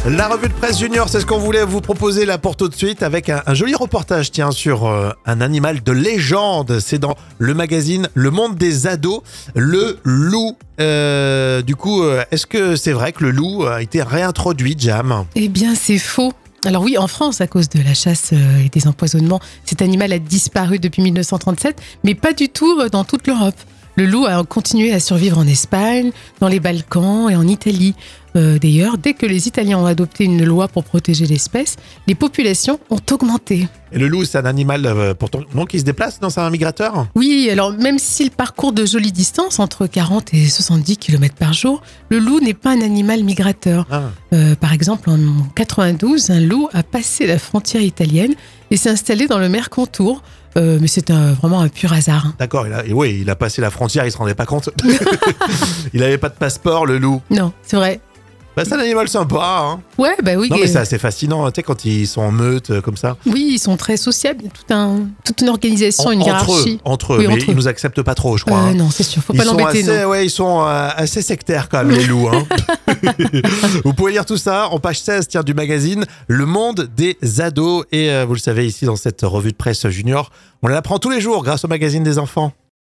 La revue de presse junior, c'est ce qu'on voulait vous proposer là pour tout de suite avec un joli reportage sur un animal de légende. C'est dans le magazine Le Monde des Ados, le loup. Est-ce que c'est vrai que le loup a été réintroduit, Jam ? Eh bien, c'est faux. Alors oui, en France, à cause de la chasse et des empoisonnements, cet animal a disparu depuis 1937, mais pas du tout dans toute l'Europe. Le loup a continué à survivre en Espagne, dans les Balkans et en Italie. D'ailleurs, dès que les Italiens ont adopté une loi pour protéger l'espèce, les populations ont augmenté. Et le loup, c'est un animal pourtant qui se déplace, non ? C'est un migrateur ? Oui, alors même s'il parcourt de jolies distances, entre 40 et 70 km par jour, le loup n'est pas un animal migrateur. Par exemple, en 92, un loup a passé la frontière italienne et s'est installé dans le Mercantour. Mais c'est vraiment un pur hasard. D'accord, il a passé la frontière, il se rendait pas compte. Il avait pas de passeport, le loup. Non, c'est vrai. C'est un animal sympa, hein. Ouais, oui. Non, mais c'est assez fascinant, tu sais, quand ils sont en meute, comme ça. Oui, ils sont très sociables. Il y a toute une organisation, une hiérarchie. Entre eux, oui, mais ils nous acceptent pas trop, je crois. Non, c'est sûr, faut pas l'embêter. Ils sont assez sectaires quand même, les loups. Hein. Vous pouvez lire tout ça en page 16 du magazine Le Monde des Ados. Et vous le savez, ici, dans cette revue de presse junior, on l'apprend tous les jours grâce au magazine des enfants.